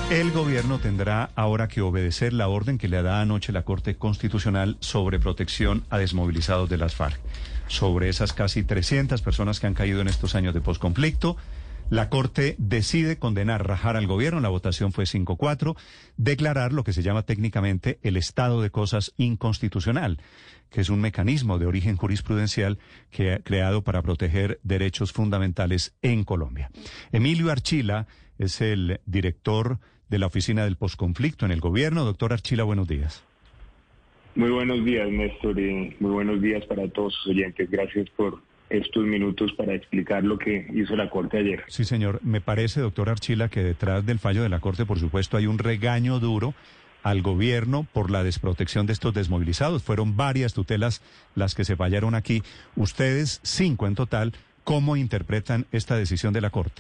El gobierno tendrá ahora que obedecer la orden que le da anoche la Corte Constitucional sobre protección a desmovilizados de las FARC. Sobre esas casi 300 personas que han caído en estos años de posconflicto, la Corte decide condenar, rajar al gobierno, la votación fue 5-4, declarar lo que se llama técnicamente el estado de cosas inconstitucional, que es un mecanismo de origen jurisprudencial que ha creado para proteger derechos fundamentales en Colombia. Emilio Archila es el director de la Oficina del Posconflicto en el gobierno. Doctor Archila, buenos días. Muy buenos días, Néstor, y muy buenos días para todos sus oyentes. Gracias por estos minutos para explicar lo que hizo la Corte ayer. Sí, señor. Me parece, doctor Archila, que detrás del fallo de la Corte, por supuesto, hay un regaño duro al gobierno por la desprotección de estos desmovilizados. Fueron varias tutelas las que se fallaron aquí. Ustedes, 5 en total, ¿cómo interpretan esta decisión de la Corte?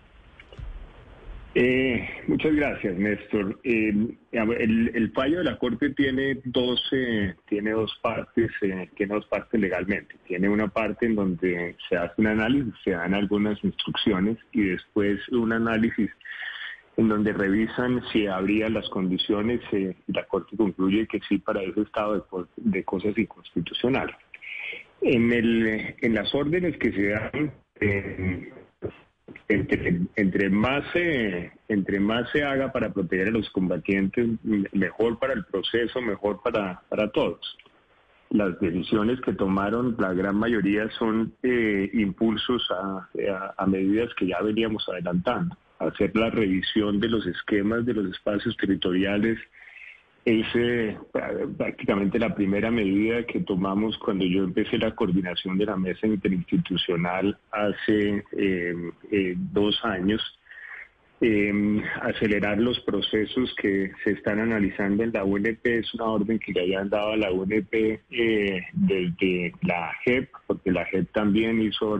Muchas gracias, Néstor. El fallo de la Corte tiene dos partes legalmente. Tiene una parte en donde se hace un análisis, se dan algunas instrucciones y después un análisis en donde revisan si habría las condiciones. La Corte concluye que sí para ese estado de cosas inconstitucionales. En las órdenes que se dan, entre más se haga para proteger a los combatientes, mejor para el proceso, mejor para todos. Las decisiones que tomaron, la gran mayoría son impulsos a medidas que ya veníamos adelantando. Hacer la revisión de los esquemas de los espacios territoriales es prácticamente la primera medida que tomamos cuando yo empecé la coordinación de la mesa interinstitucional hace 2 años. Acelerar los procesos que se están analizando en la UNP, es una orden que le habían dado a la UNP desde la JEP, porque la JEP también hizo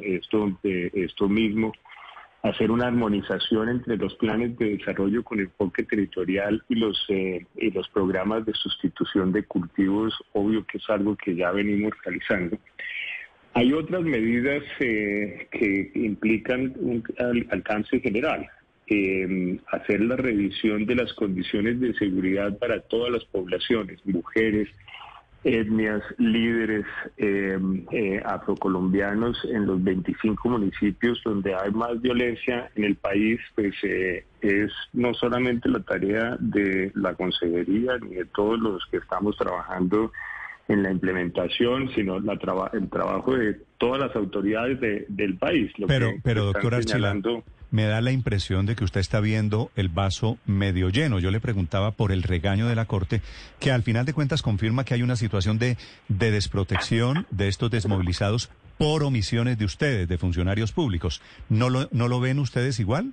esto mismo. Hacer una armonización entre los planes de desarrollo con enfoque territorial y los programas de sustitución de cultivos, obvio que es algo que ya venimos realizando. Hay otras medidas que implican un alcance general. Hacer la revisión de las condiciones de seguridad para todas las poblaciones, mujeres, etnias, líderes afrocolombianos en los 25 municipios donde hay más violencia en el país. Pues es no solamente la tarea de la consejería ni de todos los que estamos trabajando en la implementación, sino el trabajo de todas las autoridades del país. Pero doctor Archila, me da la impresión de que usted está viendo el vaso medio lleno. Yo le preguntaba por el regaño de la Corte, que al final de cuentas confirma que hay una situación de desprotección de estos desmovilizados por omisiones de ustedes, de funcionarios públicos. ¿No lo ven ustedes igual?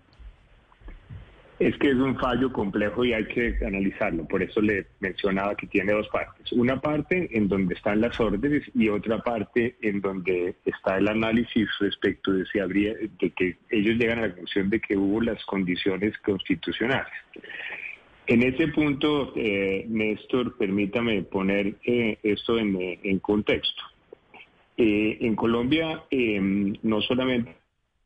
Es que es un fallo complejo y hay que analizarlo. Por eso le mencionaba que tiene 2 partes. Una parte en donde están las órdenes y otra parte en donde está el análisis respecto de si de que ellos llegan a la conclusión de que hubo las condiciones constitucionales. En ese punto, Néstor, permítame poner esto en contexto. En Colombia, no solamente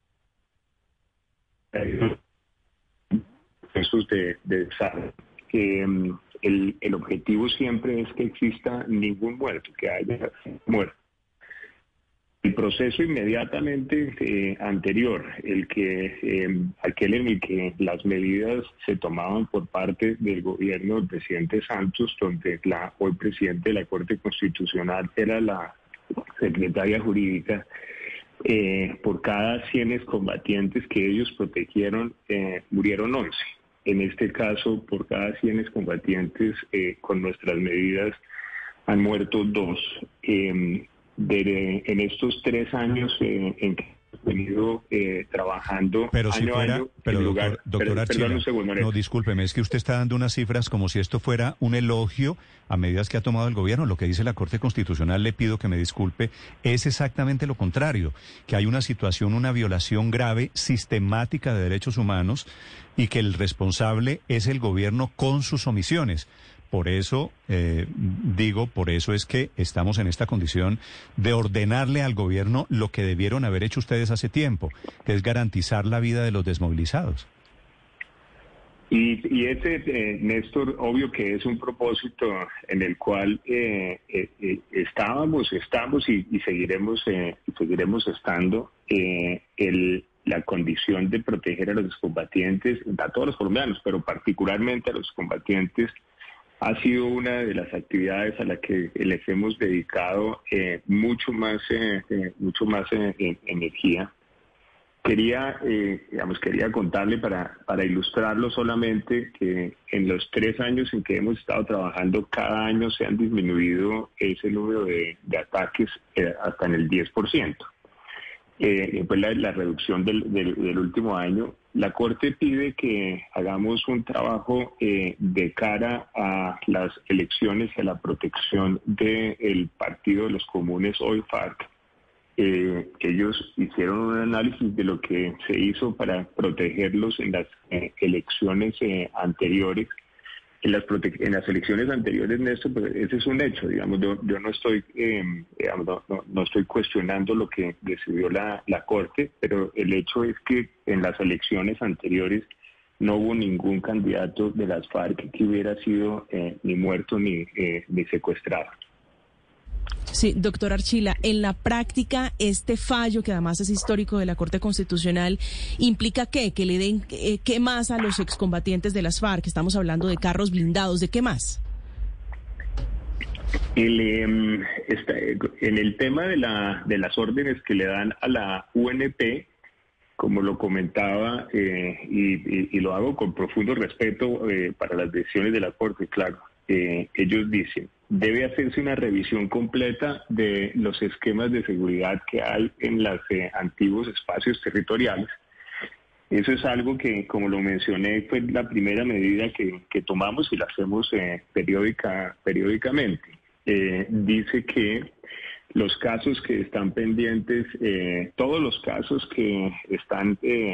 procesos de desarrollo. El objetivo siempre es que exista ningún muerto, que haya muerto. El proceso inmediatamente anterior, aquel en el que las medidas se tomaban por parte del gobierno del presidente Santos, donde la hoy presidente de la Corte Constitucional era la secretaria jurídica, por cada 100 excombatientes que ellos protegieron, murieron 11. En este caso, por cada 100 excombatientes, con nuestras medidas, han muerto 2. En estos 3 años en que hemos venido trabajando pero si año fuera, a año, pero doctor Archila, perdón un segundo, no, discúlpeme, es que usted está dando unas cifras como si esto fuera un elogio a medidas que ha tomado el gobierno. Lo que dice la Corte Constitucional, le pido que me disculpe, es exactamente lo contrario, que hay una situación, una violación grave, sistemática de derechos humanos y que el responsable es el gobierno con sus omisiones. Por eso, por eso es que estamos en esta condición de ordenarle al gobierno lo que debieron haber hecho ustedes hace tiempo, que es garantizar la vida de los desmovilizados. Ese, Néstor, obvio que es un propósito en el cual estamos y seguiremos estando. La condición de proteger a los excombatientes, a todos los colombianos, pero particularmente a los combatientes, ha sido una de las actividades a la que les hemos dedicado mucho más energía. Quería contarle para ilustrarlo solamente que en los 3 años en que hemos estado trabajando, cada año se han disminuido ese número de ataques hasta en el 10%. Pues la reducción del último año. La Corte pide que hagamos un trabajo de cara a las elecciones y a la protección del Partido de los Comunes, hoy FARC. Ellos hicieron un análisis de lo que se hizo para protegerlos en las elecciones anteriores. En las elecciones anteriores, Néstor, pues ese es un hecho, digamos. Yo no estoy, no estoy cuestionando lo que decidió la Corte, pero el hecho es que en las elecciones anteriores no hubo ningún candidato de las FARC que hubiera sido ni muerto ni secuestrado. Sí, doctor Archila, en la práctica este fallo, que además es histórico de la Corte Constitucional, ¿implica qué? ¿Que le den qué más a los excombatientes de las FARC? Estamos hablando de carros blindados, ¿de qué más? En el tema de las órdenes que le dan a la UNP, como lo comentaba, y lo hago con profundo respeto para las decisiones de la Corte, claro, ellos dicen: debe hacerse una revisión completa de los esquemas de seguridad que hay en los antiguos espacios territoriales. Eso es algo que, como lo mencioné, fue la primera medida que tomamos y la hacemos periódicamente. Dice que los casos que están pendientes, todos los casos que están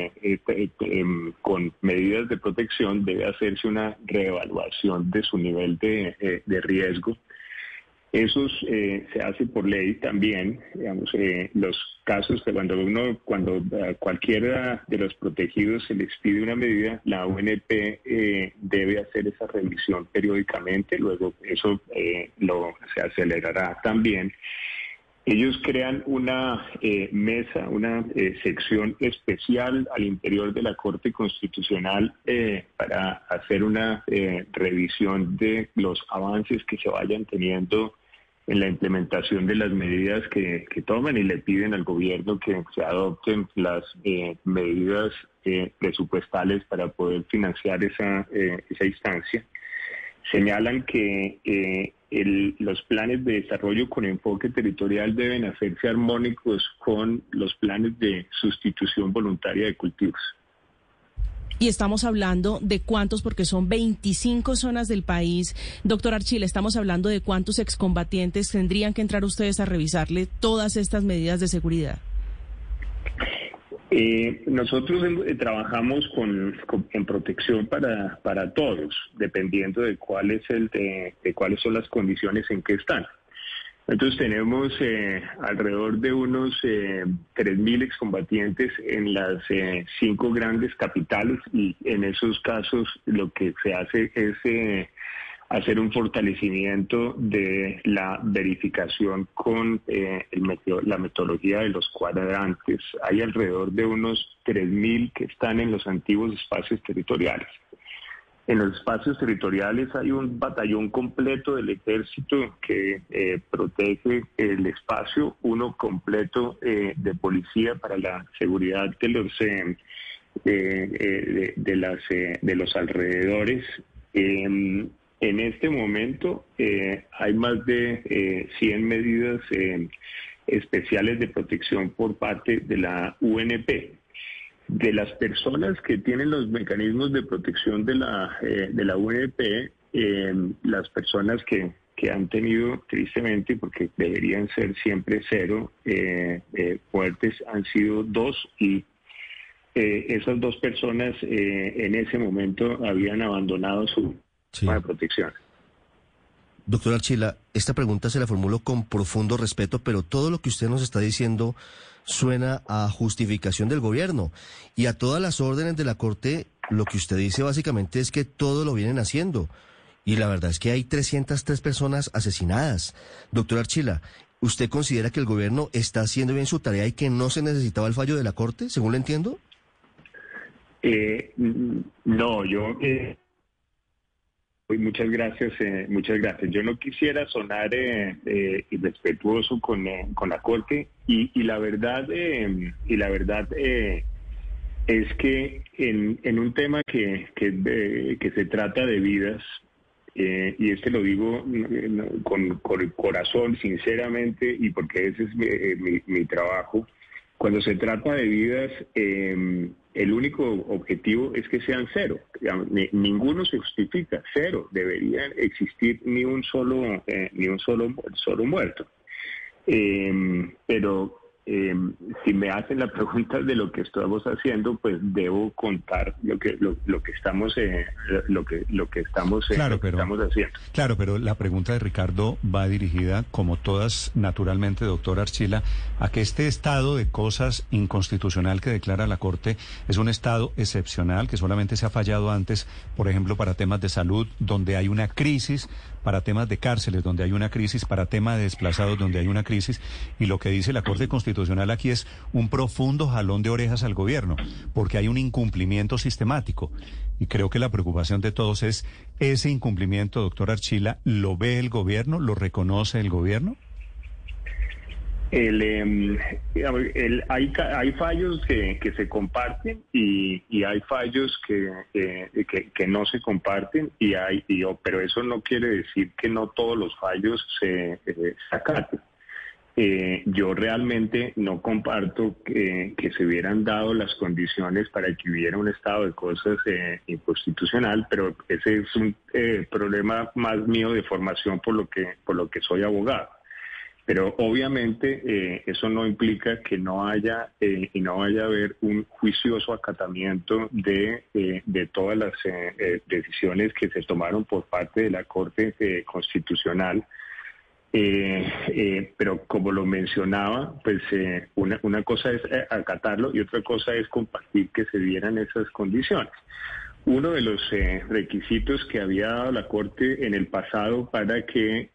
con medidas de protección, debe hacerse una reevaluación de su nivel de riesgo. Eso se hace por ley también, digamos, los casos que cuando a cualquiera de los protegidos se les pide una medida, la UNP debe hacer esa revisión periódicamente, luego eso se acelerará también. Ellos crean una mesa, una sección especial al interior de la Corte Constitucional para hacer una revisión de los avances que se vayan teniendo en la implementación de las medidas que toman, y le piden al gobierno que se adopten las medidas presupuestales para poder financiar esa instancia. Señalan que los planes de desarrollo con enfoque territorial deben hacerse armónicos con los planes de sustitución voluntaria de cultivos. Y estamos hablando de cuántos, porque son 25 zonas del país. Doctor Archila, estamos hablando de cuántos excombatientes tendrían que entrar ustedes a revisarle todas estas medidas de seguridad. Nosotros trabajamos en protección para todos, dependiendo de cuáles son las condiciones en que están. Entonces tenemos alrededor de unos 3.000 excombatientes en las 5 grandes capitales, y en esos casos lo que se hace es hacer un fortalecimiento de la verificación con la metodología de los cuadrantes. Hay alrededor de unos 3.000 que están en los antiguos espacios territoriales. En los espacios territoriales hay un batallón completo del ejército que protege el espacio, uno completo de policía para la seguridad de los alrededores. En este momento hay más de 100 medidas especiales de protección por parte de la UNP. De las personas que tienen los mecanismos de protección de la UNP, las personas que han tenido, tristemente, porque deberían ser siempre 0, muertes, han sido 2, y esas 2 personas en ese momento habían abandonado su de protección. Doctor Archila, esta pregunta se la formulo con profundo respeto, pero todo lo que usted nos está diciendo suena a justificación del gobierno. Y a todas las órdenes de la Corte, lo que usted dice básicamente es que todo lo vienen haciendo. Y la verdad es que hay 303 personas asesinadas. Doctor Archila, ¿usted considera que el gobierno está haciendo bien su tarea y que no se necesitaba el fallo de la Corte, según lo entiendo? No, yo... muchas gracias, muchas gracias. Yo no quisiera sonar irrespetuoso con la Corte y la verdad es que en un tema que se trata de vidas, y lo digo con el corazón, sinceramente, y porque ese es mi trabajo. Cuando se trata de vidas, el único objetivo es que sean cero. Ninguno se justifica, cero. Debería existir ni un solo muerto. Pero si me hacen la pregunta de lo que estamos haciendo, pues debo contar lo que estamos haciendo. Claro, pero la pregunta de Ricardo va dirigida, como todas, naturalmente, doctor Archila, a que este estado de cosas inconstitucional que declara la Corte es un estado excepcional que solamente se ha fallado antes, por ejemplo, para temas de salud, donde hay una crisis, para temas de cárceles, donde hay una crisis, para temas de desplazados, donde hay una crisis, y lo que dice la Corte Constitucional aquí es un profundo jalón de orejas al gobierno, porque hay un incumplimiento sistemático. Y creo que la preocupación de todos es ese incumplimiento, doctor Archila. ¿Lo ve el gobierno? ¿Lo reconoce el gobierno? Hay fallos que se comparten y hay fallos que no se comparten pero eso no quiere decir que no todos los fallos se acaten. Yo realmente no comparto que se hubieran dado las condiciones para que hubiera un estado de cosas inconstitucional, pero ese es un problema más mío de formación por lo que soy abogado. Pero obviamente eso no implica que no haya y no vaya a haber un juicioso acatamiento de todas las decisiones que se tomaron por parte de la Corte Constitucional. Pero como lo mencionaba, pues una cosa es acatarlo y otra cosa es compartir que se dieran esas condiciones. Uno de los requisitos que había dado la Corte en el pasado para que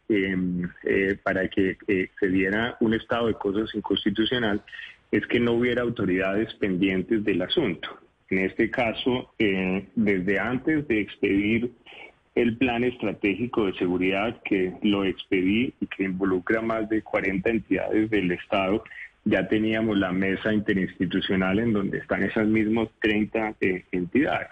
se diera un estado de cosas inconstitucional es que no hubiera autoridades pendientes del asunto. En este caso, desde antes de expedir el plan estratégico de seguridad, que lo expedí y que involucra más de 40 entidades del Estado, ya teníamos la mesa interinstitucional en donde están esas mismas 30 entidades.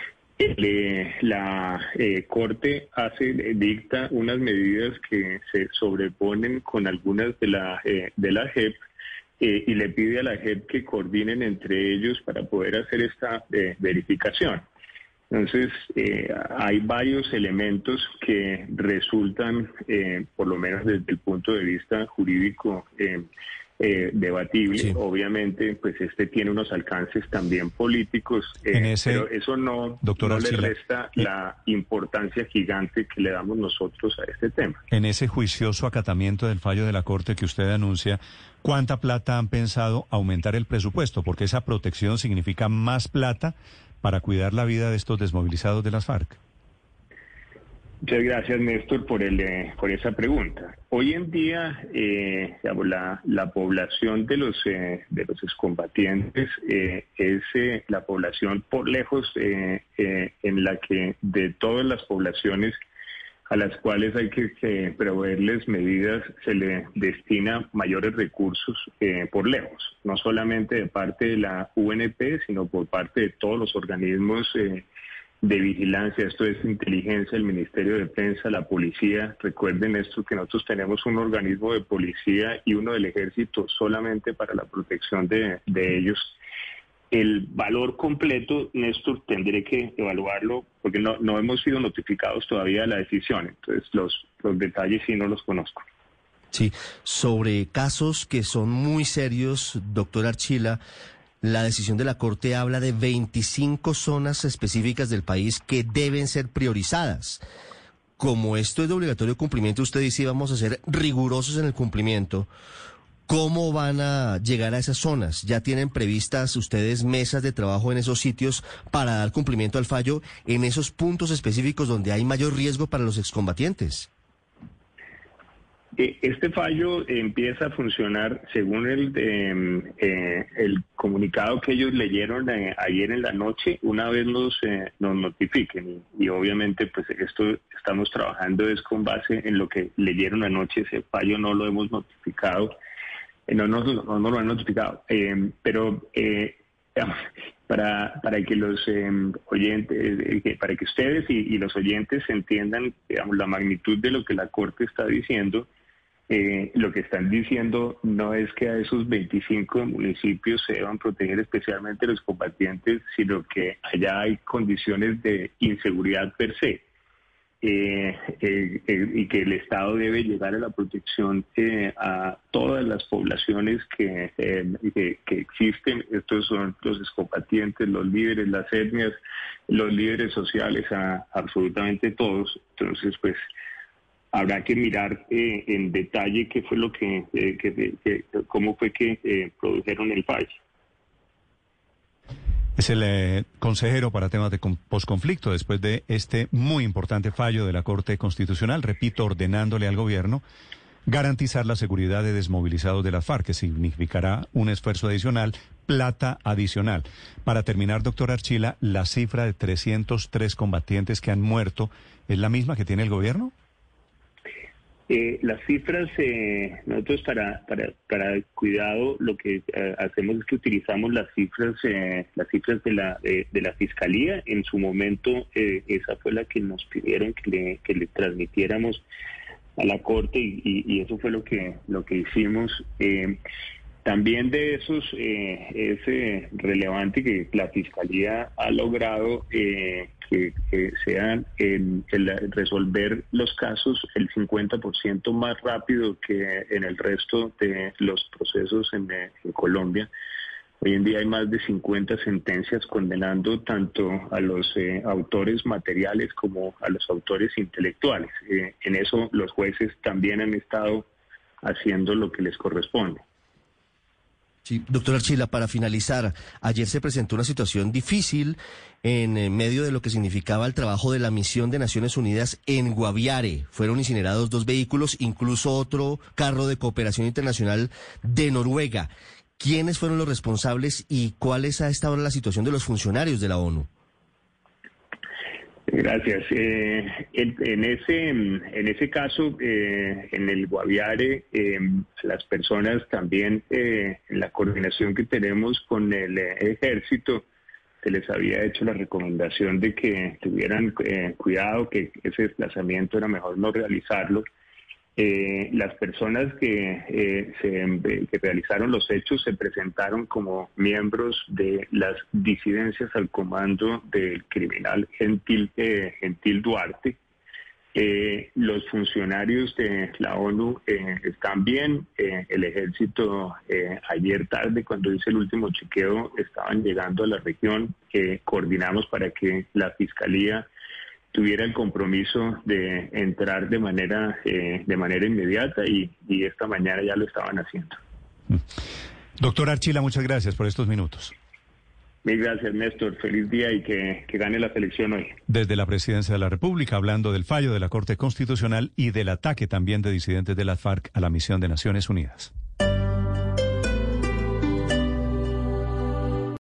La Corte dicta unas medidas que se sobreponen con algunas de la JEP y le pide a la JEP que coordinen entre ellos para poder hacer esta verificación. Entonces, hay varios elementos que resultan, por lo menos desde el punto de vista jurídico, debatible. Sí. Obviamente, pues tiene unos alcances también políticos, pero eso no le resta la importancia gigante que le damos nosotros a este tema. En ese juicioso acatamiento del fallo de la Corte que usted anuncia, ¿cuánta plata han pensado aumentar el presupuesto? Porque esa protección significa más plata para cuidar la vida de estos desmovilizados de las FARC. Muchas gracias, Néstor, por esa pregunta. Hoy en día, la población de los excombatientes es la población por lejos en la que de todas las poblaciones a las cuales hay que proveerles medidas se le destina mayores recursos por lejos, no solamente de parte de la UNP, sino por parte de todos los organismos de vigilancia. Esto es inteligencia, el Ministerio de Defensa, la policía. Recuerden esto, que nosotros tenemos un organismo de policía y uno del ejército solamente para la protección de ellos. El valor completo, Néstor, tendré que evaluarlo porque no hemos sido notificados todavía de la decisión. Entonces, los detalles sí no los conozco. Sí, sobre casos que son muy serios, doctor Archila, la decisión de la Corte habla de 25 zonas específicas del país que deben ser priorizadas. como esto es de obligatorio cumplimiento, usted dice vamos a ser rigurosos en el cumplimiento. ¿Cómo van a llegar a esas zonas? ¿Ya tienen previstas ustedes mesas de trabajo en esos sitios para dar cumplimiento al fallo en esos puntos específicos donde hay mayor riesgo para los excombatientes? Este fallo empieza a funcionar según el comunicado que ellos leyeron ayer en la noche, una vez nos notifiquen. Y obviamente pues esto estamos trabajando es con base en lo que leyeron anoche. Ese fallo no lo hemos notificado. No lo han notificado, pero para que los oyentes, para que ustedes y los oyentes entiendan, digamos, la magnitud de lo que la Corte está diciendo, lo que están diciendo no es que a esos 25 municipios se deban proteger especialmente los combatientes, sino que allá hay condiciones de inseguridad per se. Y que el Estado debe llegar a la protección a todas las poblaciones que existen. Estos son los excombatientes, los líderes, las etnias, los líderes sociales, a absolutamente todos. Entonces, pues, habrá que mirar en detalle qué fue lo cómo fue que produjeron el fallo. Es el consejero para temas de posconflicto después de este muy importante fallo de la Corte Constitucional, repito, ordenándole al gobierno garantizar la seguridad de desmovilizados de las FARC, que significará un esfuerzo adicional, plata adicional. Para terminar, doctor Archila, ¿la cifra de 303 combatientes que han muerto es la misma que tiene el gobierno? Las cifras, nosotros para cuidado lo que hacemos es que utilizamos las cifras de la Fiscalía. En su momento esa fue la que nos pidieron que le transmitiéramos a la Corte y eso fue lo que hicimos. También de esos es relevante que la Fiscalía ha logrado que sean resolver los casos el 50% más rápido que en el resto de los procesos en Colombia. Hoy en día hay más de 50 sentencias condenando tanto a los autores materiales como a los autores intelectuales. En eso los jueces también han estado haciendo lo que les corresponde. Sí, doctor Archila, para finalizar, ayer se presentó una situación difícil en medio de lo que significaba el trabajo de la misión de Naciones Unidas en Guaviare. Fueron incinerados 2 vehículos, incluso otro carro de cooperación internacional de Noruega. ¿Quiénes fueron los responsables y cuál es a esta hora la situación de los funcionarios de la ONU? Gracias. En ese caso, en el Guaviare, las personas también, en la coordinación que tenemos con el ejército, se les había hecho la recomendación de que tuvieran cuidado, que ese desplazamiento era mejor no realizarlo. Las personas que realizaron los hechos se presentaron como miembros de las disidencias al comando del criminal Gentil Duarte. Los funcionarios de la ONU están bien. El ejército ayer tarde, cuando hice el último chequeo, estaban llegando a la región. Coordinamos para que la Fiscalía tuviera el compromiso de entrar de manera inmediata y esta mañana ya lo estaban haciendo. Doctor Archila, muchas gracias por estos minutos. Mil gracias, Néstor. Feliz día y que gane la selección hoy. Desde la Presidencia de la República, hablando del fallo de la Corte Constitucional y del ataque también de disidentes de las FARC a la misión de Naciones Unidas.